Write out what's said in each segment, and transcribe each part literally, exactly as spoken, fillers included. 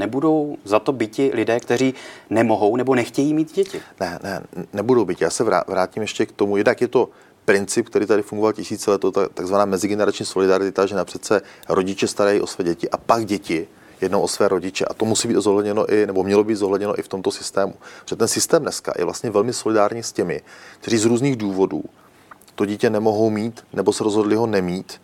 nebudou za to byti lidé, kteří nemohou nebo nechtějí mít děti? Ne, ne, nebudou byti. Já se vrátím ještě k tomu. Jednak je to princip, který tady fungoval tisíce let, to takzvaná mezigenerační solidarita, že napřed se rodiče starají o své děti a pak děti jednou o své rodiče. A to musí být zohledněno i, nebo mělo být zohledněno i v tomto systému. Protože ten systém dneska je vlastně velmi solidární s těmi, kteří z různých důvodů to dítě nemohou mít, nebo se rozhodli ho nemít.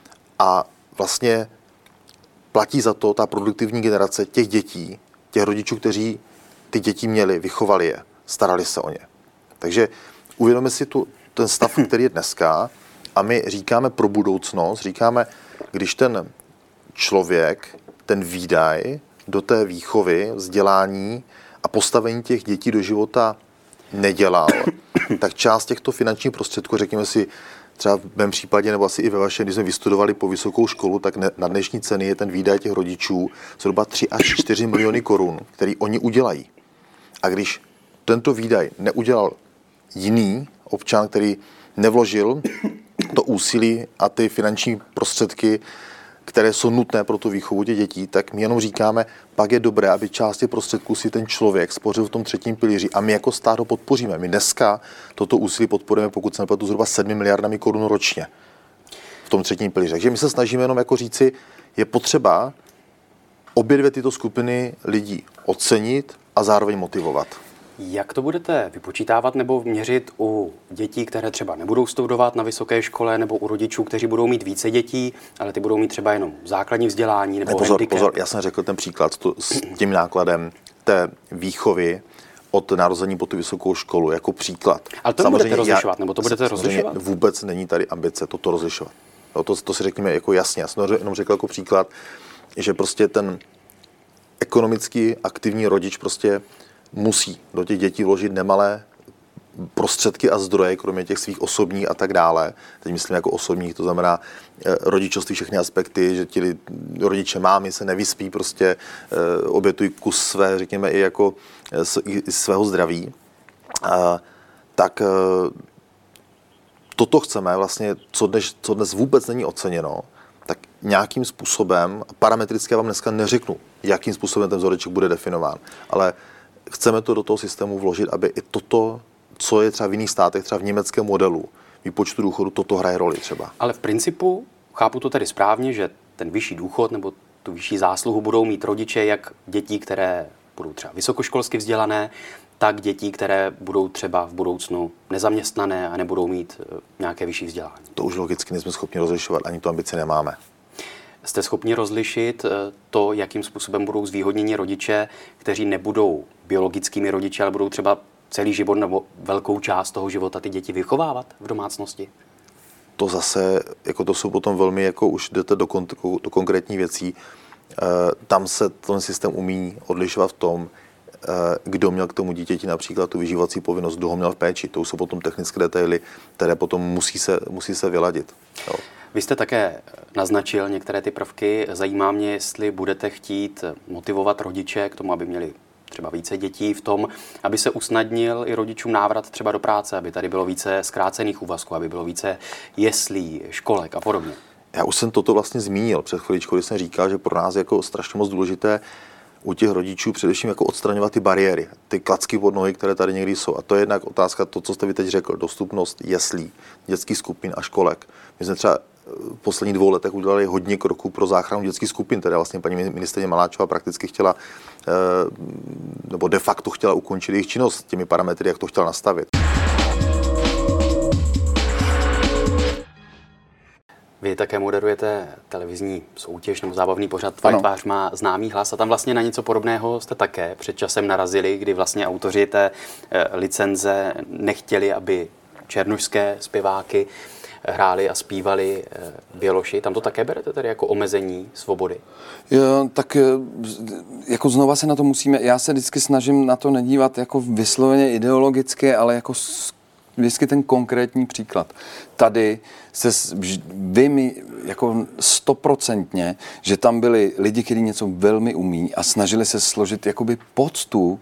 A vlastně platí za to ta produktivní generace těch dětí, těch rodičů, kteří ty děti měli, vychovali je, starali se o ně. Takže uvědomíme si tu, ten stav, který je dneska, a my říkáme pro budoucnost, říkáme, když ten člověk, ten výdaj do té výchovy, vzdělání a postavení těch dětí do života nedělal, tak část těchto finančních prostředků, řekněme si, třeba v mém případě, nebo asi i ve vašem, když jsme vystudovali po vysokou školu, tak ne, na dnešní ceny je ten výdaj těch rodičů zhruba tři až čtyři miliony korun, který oni udělají. A když tento výdaj neudělal jiný občan, který nevložil to úsilí a ty finanční prostředky, které jsou nutné pro tu výchovu těch dětí, tak my jenom říkáme, pak je dobré, aby část těch prostředků si ten člověk spořil v tom třetím pilíři a my jako stát ho podpoříme. My dneska toto úsilí podporujeme, pokud se nepletu, zhruba sedmi miliardami korun ročně v tom třetím pilíři. Takže my se snažíme jenom jako říci, je potřeba obě dvě tyto skupiny lidí ocenit a zároveň motivovat. Jak to budete vypočítávat nebo měřit u dětí, které třeba nebudou studovat na vysoké škole, nebo u rodičů, kteří budou mít více dětí, ale ty budou mít třeba jenom základní vzdělání nebo ne, pozor, handicap? Pozor, já jsem řekl ten příklad to, s tím nákladem té výchovy od narození po tu vysokou školu jako příklad. Ale to budete rozlišovat, nebo to budete rozlišovat? Vůbec není tady ambice toto rozlišovat. No, to, to si řekněme jako jasně. Já jsem jenom řekl jako příklad, že prostě ten ekonomicky aktivní rodič prostě musí do těch dětí vložit nemalé prostředky a zdroje, kromě těch svých osobních a tak dále. Teď myslím jako osobních, to znamená rodičovství, všechny aspekty, že ti rodiče, mámy se nevyspí, prostě obětují kus své, řekněme, i jako i svého zdraví. Tak toto chceme vlastně, co dnes, co dnes vůbec není oceněno, tak nějakým způsobem, parametricky já vám dneska neřeknu, jakým způsobem ten vzoreček bude definován, ale chceme to do toho systému vložit, aby i toto, co je třeba v jiných státech, třeba v německém modelu výpočtu důchodu, toto hraje roli třeba. Ale v principu, chápu to tedy správně, že ten vyšší důchod nebo tu vyšší zásluhu budou mít rodiče jak dětí, které budou třeba vysokoškolsky vzdělané, tak dětí, které budou třeba v budoucnu nezaměstnané a nebudou mít nějaké vyšší vzdělání. To už logicky nejsme schopni rozlišovat, ani tu ambici nemáme. Jste schopni rozlišit to, jakým způsobem budou zvýhodněni rodiče, kteří nebudou biologickými rodiči, ale budou třeba celý život nebo velkou část toho života ty děti vychovávat v domácnosti? To zase, jako to jsou potom velmi, jako už jdete do, kon, do konkrétních věcí. E, tam se ten systém umí odlišovat v tom, e, kdo měl k tomu dítěti například tu vyživovací povinnost, kdo ho měl v péči. To už jsou potom technické detaily, které potom musí se, musí se vyladit. Jo. Vy jste také naznačil některé ty prvky. Zajímá mě, jestli budete chtít motivovat rodiče k tomu, aby měli třeba více dětí, v tom, aby se usnadnil i rodičům návrat třeba do práce, aby tady bylo více zkrácených úvazků, aby bylo více jeslí, školek a podobně. Já už jsem toto vlastně zmínil před chviličkou, když jsem říkal, že pro nás je jako strašně moc důležité u těch rodičů především jako odstraňovat ty bariéry, ty klacky pod nohy, které tady někdy jsou. A to je jednak otázka, to, co jste vy teď řekl, dostupnost jeslí, dětských skupin a školek. My jsme třeba v posledních dvou letech udělali hodně kroků pro záchranu dětských skupin, teda vlastně paní ministryně Maláčová prakticky chtěla, nebo de facto chtěla ukončit jejich činnost těmi parametry, jak to chtěla nastavit. Vy také moderujete televizní soutěž nebo zábavný pořad Tvoje tvář má známý hlas a tam vlastně na něco podobného jste také před časem narazili, kdy vlastně autoři té licenze nechtěli, aby černošské zpěváky hráli a zpívali běloši. Tam to také berete tedy jako omezení svobody? Jo, tak jako znova se na to musíme, já se vždycky snažím na to nedívat jako vysloveně ideologicky, ale jako vždycky ten konkrétní příklad. Tady se vy mi jako stoprocentně, že tam byli lidi, kteří něco velmi umí a snažili se složit jakoby poctu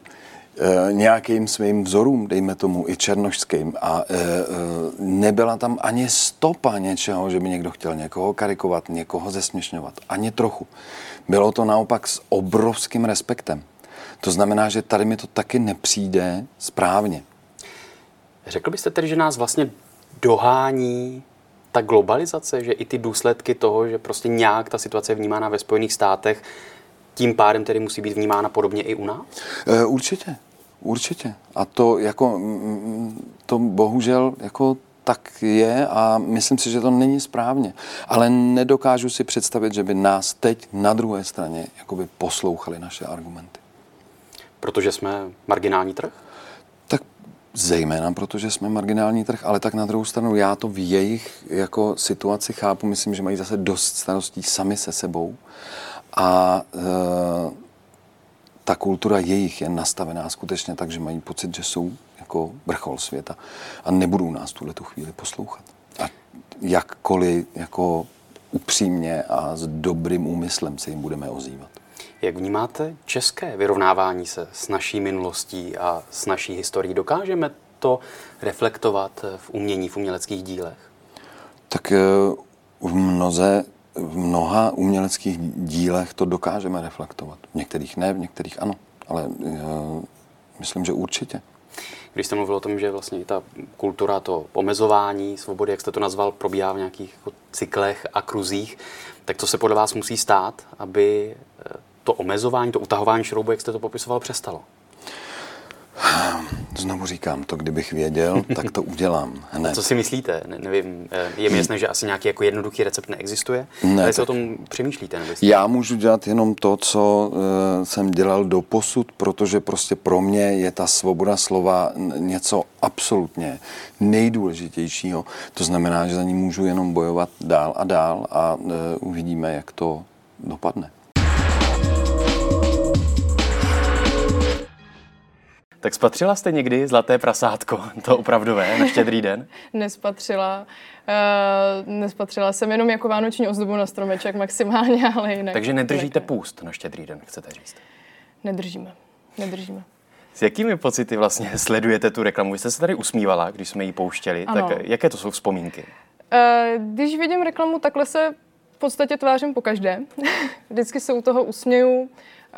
e, nějakým svým vzorům, dejme tomu i černošským, a e, e, nebyla tam ani stopa něčeho, že by někdo chtěl někoho karikovat, někoho zesměšňovat, ani trochu. Bylo to naopak s obrovským respektem. To znamená, že tady mi to taky nepřijde správně. Řekl byste tedy, že nás vlastně dohání ta globalizace, že i ty důsledky toho, že prostě nějak ta situace je vnímána ve Spojených státech, tím pádem tedy musí být vnímána podobně i u nás? E, určitě, určitě. A to jako, to bohužel jako tak je a myslím si, že to není správně. Ale nedokážu si představit, že by nás teď na druhé straně jakoby poslouchali naše argumenty. Protože jsme marginální trh? Tak zejména, protože jsme marginální trh, ale tak na druhou stranu já to v jejich jako situaci chápu. Myslím, že mají zase dost starostí sami se sebou a e, ta kultura jejich je nastavená skutečně tak, že mají pocit, že jsou jako vrchol světa a nebudou nás tuhle tu chvíli poslouchat. A jakkoliv jako upřímně a s dobrým úmyslem se jim budeme ozývat. Jak vnímáte české vyrovnávání se s naší minulostí a s naší historií? Dokážeme to reflektovat v umění, v uměleckých dílech? Tak v mnoze, v mnoha uměleckých dílech to dokážeme reflektovat. V některých ne, v některých ano, ale uh, myslím, že určitě. Když jste mluvil o tom, že vlastně ta kultura, to omezování svobody, jak jste to nazval, probíhá v nějakých jako cyklech a kruzích, tak co se podle vás musí stát, aby to omezování, to utahování šroubu, jak jste to popisoval, přestalo? Znovu říkám, to kdybych věděl, tak to udělám hned. Co si myslíte? Ne, nevím, je mi jasné, že asi nějaký jako jednoduchý recept neexistuje, ne, ale si o tom přemýšlíte? Nebo já můžu dělat jenom to, co uh, jsem dělal doposud, protože prostě pro mě je ta svoboda slova něco absolutně nejdůležitějšího. To znamená, že za ní můžu jenom bojovat dál a dál a uh, uvidíme, jak to dopadne. Tak spatřila jste někdy zlaté prasátko, to opravdové, na Štědrý den? Nespatřila. Uh, nespatřila jsem jenom jako vánoční ozdobu na stromeček maximálně, ale jinak. Takže nedržíte jinak. půst na Štědrý den, chcete říct? Nedržíme. Nedržíme. S jakými pocity vlastně sledujete tu reklamu? Vy jste se tady usmívala, když jsme ji pouštěli, ano. Tak jaké to jsou vzpomínky? Uh, když vidím reklamu, takhle se v podstatě tvářím pokaždé. Vždycky se u toho usměju. Uh,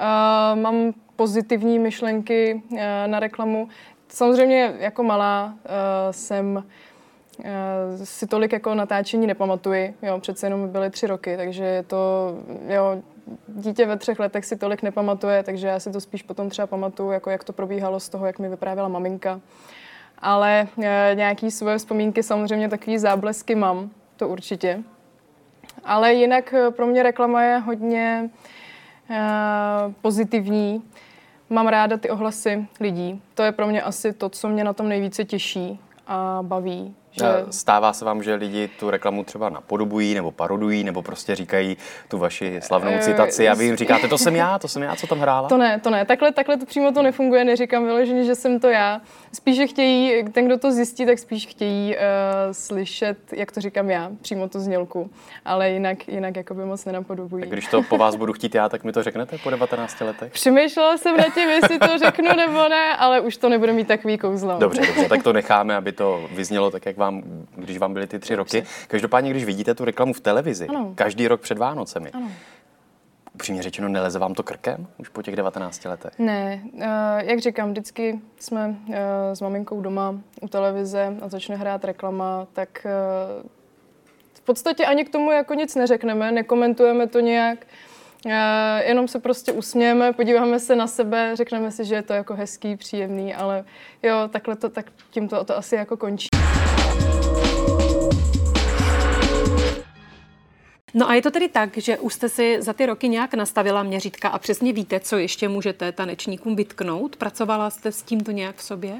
mám pozitivní myšlenky uh, na reklamu. Samozřejmě jako malá uh, jsem uh, si tolik jako natáčení nepamatuji. Jo, přece jenom byly tři roky, takže to, jo, dítě ve třech letech si tolik nepamatuje, takže já si to spíš potom třeba pamatuju, jako jak to probíhalo z toho, jak mi vyprávěla maminka. Ale uh, nějaký svoje vzpomínky, samozřejmě takový záblesky mám, to určitě. Ale jinak pro mě reklama je hodně uh, pozitivní. Mám ráda ty ohlasy lidí. To je pro mě asi to, co mě na tom nejvíce těší a baví. Že... Stává se vám, že lidi tu reklamu třeba napodobují nebo parodují, nebo prostě říkají tu vaši slavnou citaci a vy jim říkáte, to jsem já, to jsem já, co tam hrála? To ne, to ne. Takhle, takhle to přímo to nefunguje, neříkám vyloženě, že jsem to já. Spíše chtějí, ten, kdo to zjistí, tak spíš chtějí uh, slyšet, jak to říkám já, přímo tu znělku. Ale jinak, jinak jakoby moc nenapodobují. Tak když to po vás budu chtít já, tak mi to řeknete po devatenácti letech? Přemýšlela jsem nad tím, jestli to řeknu nebo ne, ale už to nebude mít takový kouzlo. Dobře, dobře, tak to necháme, aby to vyznělo tak, jak vám, když vám byly ty tři dobře. roky. Každopádně, když vidíte tu reklamu v televizi, ano. každý rok před Vánocemi, ano. upřímně řečeno, neleze vám to krkem už po těch devatenácti letech? Ne, uh, jak říkám, vždycky jsme uh, s maminkou doma u televize a začne hrát reklama, tak uh, v podstatě ani k tomu jako nic neřekneme, nekomentujeme to nějak, uh, jenom se prostě usmějeme, podíváme se na sebe, řekneme si, že je to jako hezký, příjemný, ale jo, takhle to, tak tím to, to asi jako končí. No a je to tedy tak, že už jste si za ty roky nějak nastavila měřítka a přesně víte, co ještě můžete tanečníkům vytknout? Pracovala jste s tímto nějak v sobě?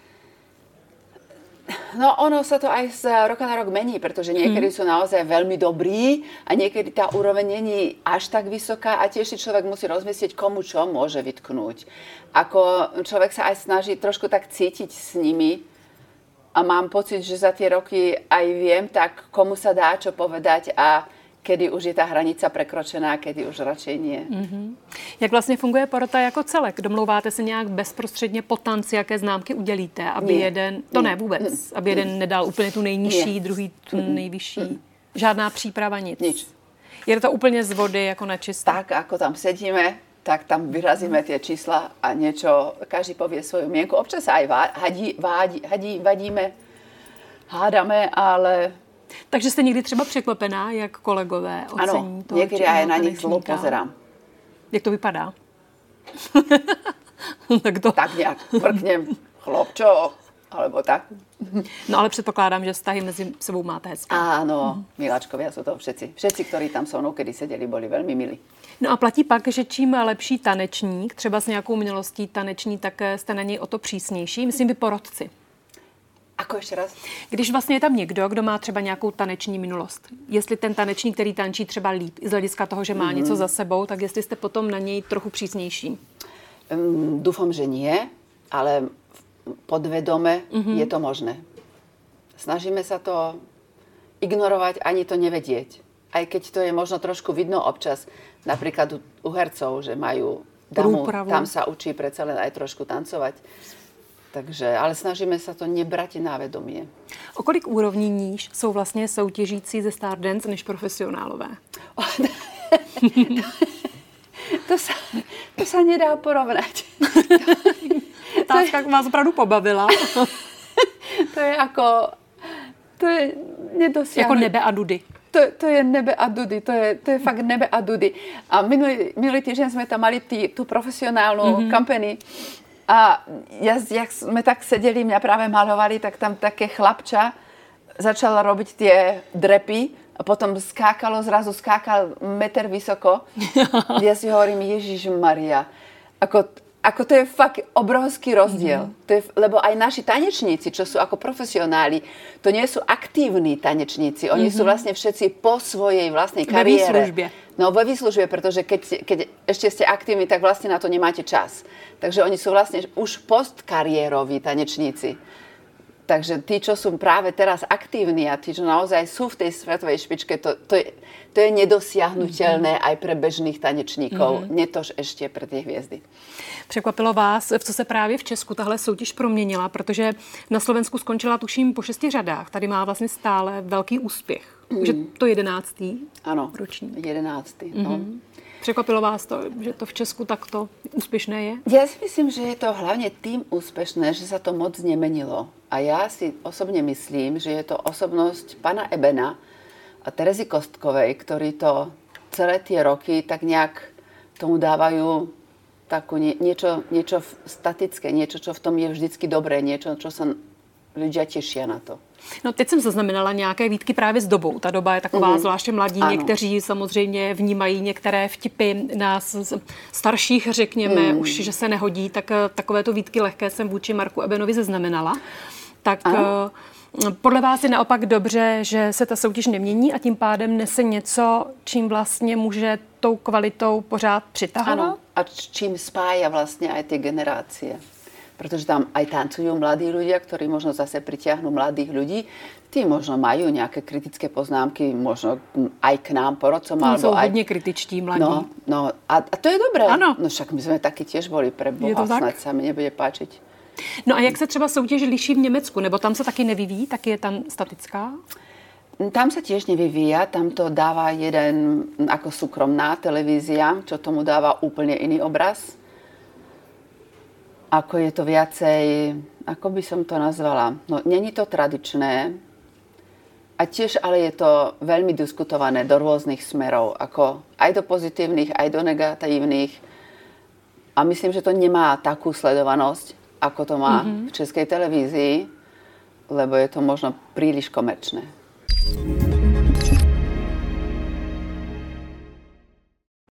No ono sa to aj z roka na rok mení, pretože niekedy mm. sú naozaj veľmi dobrí a niekedy tá úroveň není až tak vysoká a tiež si človek musí rozmyslieť, komu čo môže vytknúť. Ako človek sa aj snaží trošku tak cítiť s nimi a mám pocit, že za tie roky aj viem tak, komu sa dá čo povedať a kedy už je ta hranica prekročená, kedy už radšej nie. Mm-hmm. Jak vlastně funguje porota jako celek? Domlouváte se nějak bezprostředně po tanci, jaké známky udělíte, aby nie. jeden, to nie. ne vůbec, aby jeden nedal úplně tu nejnižší, nie. druhý tu nejvyšší. Žádná příprava, nic. Nič. Je to úplně z vody, jako na čisto? Tak, ako tam sedíme, tak tam vyrazíme tie čísla a niečo, každý povie svoju mienku. Občas aj hadí, vádí, hadí, vadíme, hádame, ale... Takže jste někdy třeba překvapená, jak kolegové ocení ano, toho niekedy aj na nich zlo pozerám. Jak to vypadá? tak, to... tak nejak mrknem, chlopčo, alebo tak. No ale předpokládám, že vztahy mezi sebou máte hezké. Áno, miláčkovia sú to všetci. Všetci, ktorí tam so mnou kedy sedeli, boli veľmi milí. No a platí pak, že čím lepší tanečník, třeba s nějakou minulostí taneční, tak jste na něj o to přísnější. Myslím, vy porodci. Ako ještě raz? Když vlastně je tam někdo, kdo má třeba nějakou taneční minulost, jestli ten tanečník, který tančí třeba líp, z hlediska toho, že má mm-hmm. něco za sebou, tak jestli jste potom na něj trochu přísnější. Um, dúfam, že nie, ale podvedome mm-hmm. je to možné. Snažíme sa to ignorovať, ani to nevedieť. Aj keď to je možno trošku vidno občas, napríklad u, u hercov, že majú damu, tam sa učí predsa len aj trošku tancovať. Takže, ale snažíme sa to nebrať na vedomie. O kolik úrovní níž jsou vlastně soutěžící ze Stardance než profesionálové? to, sa, to sa nedá porovnať. Otázka vás opravdu pobavila. to je ako... To je nedosiahnuť. Jako nebe a dudy. To, to je nebe a dudy, to je, to je fakt nebe a dudy. A minulý, minulý týždeň sme tam mali tý, tú profesionálnu mm-hmm. kampani a ja, jak sme tak sedeli, mňa práve malovali, tak tam také chlapča začala robiť tie drepy a potom skákalo, zrazu skákal meter vysoko. Ja si hovorím, Ježišmaria, ako... Ako to je fakt obrovský rozdiel. Mm-hmm. To je, lebo aj naši tanečníci, čo sú ako profesionáli, to nie sú aktívni tanečníci. Oni mm-hmm. sú vlastne všetci po svojej vlastnej kariére. Ve výslužbe. No, ve výslužbe, pretože keď, keď ešte ste aktívni, tak vlastne na to nemáte čas. Takže oni sú vlastne už postkariéroví tanečníci. Takže tí, čo sú práve teraz aktívni a tí, čo naozaj sú v tej svetovej špičke, to, to, je, to je nedosiahnutelné mm-hmm. aj pre bežných tanečníkov, mm-hmm. netož ešte pre tie hviezdy. Překvapilo vás, v co se právě v Česku tahle soutěž proměnila, protože na Slovensku skončila tuším po šesti řadách. Tady má vlastně stále velký úspěch. Mm. Že to jedenáctý ano, ročník. jedenáctý. Mm-hmm. No. Překvapilo vás to, že to v Česku takto úspěšné je? Ja si myslím, že je to hlavne tým úspešné, že sa to moc nemenilo. A ja si osobne myslím, že je to osobnosť pana Ebena a Terezy Kostkovej, ktorí to celé tie roky tak nejak tomu dávajú takú nie, niečo, niečo statické, niečo, čo v tom je vždycky dobré, niečo, čo sa ľudia tešia na to. No teď jsem zaznamenala nějaké výtky právě s dobou. Ta doba je taková, mm-hmm. zvláště mladí, ano. Někteří samozřejmě vnímají některé vtipy nás starších, řekněme, mm. už, že se nehodí, tak takovéto výtky lehké jsem vůči Marku Ebenovi zaznamenala. Tak ano. Podle vás je naopak dobře, že se ta soutěž nemění a tím pádem nese něco, čím vlastně může tou kvalitou pořád přitahovat? Ano, a čím spája vlastně aj tie generácie. Pretože tam aj tancujú mladí ľudia, ktorí možno zase pritiahnu mladých ľudí. Tí možno majú nejaké kritické poznámky, možno aj k nám, porodcom. Tam alebo sú aj... hodne kritičtí mladí. No, no a, a to je dobré. Ano. No však my sme taky tiež boli pre Boha, snad sa mi nebude páčiť. No a jak se třeba soutěž liší v Německu? Nebo tam se taky nevyvíjí, taky je tam statická? Tam sa tiež nevyvíja, tam to dáva jeden ako súkromná televízia, čo tomu dáva úplne iný obraz. Ako je to viacej, ako by som to nazvala, no není to tradičné a tiež ale je to veľmi diskutované do rôznych smerov, ako aj do pozitívnych, aj do negatívnych a myslím, že to nemá takú sledovanosť, ako to má mm-hmm. v českej televízii, lebo je to možno príliš komerčné.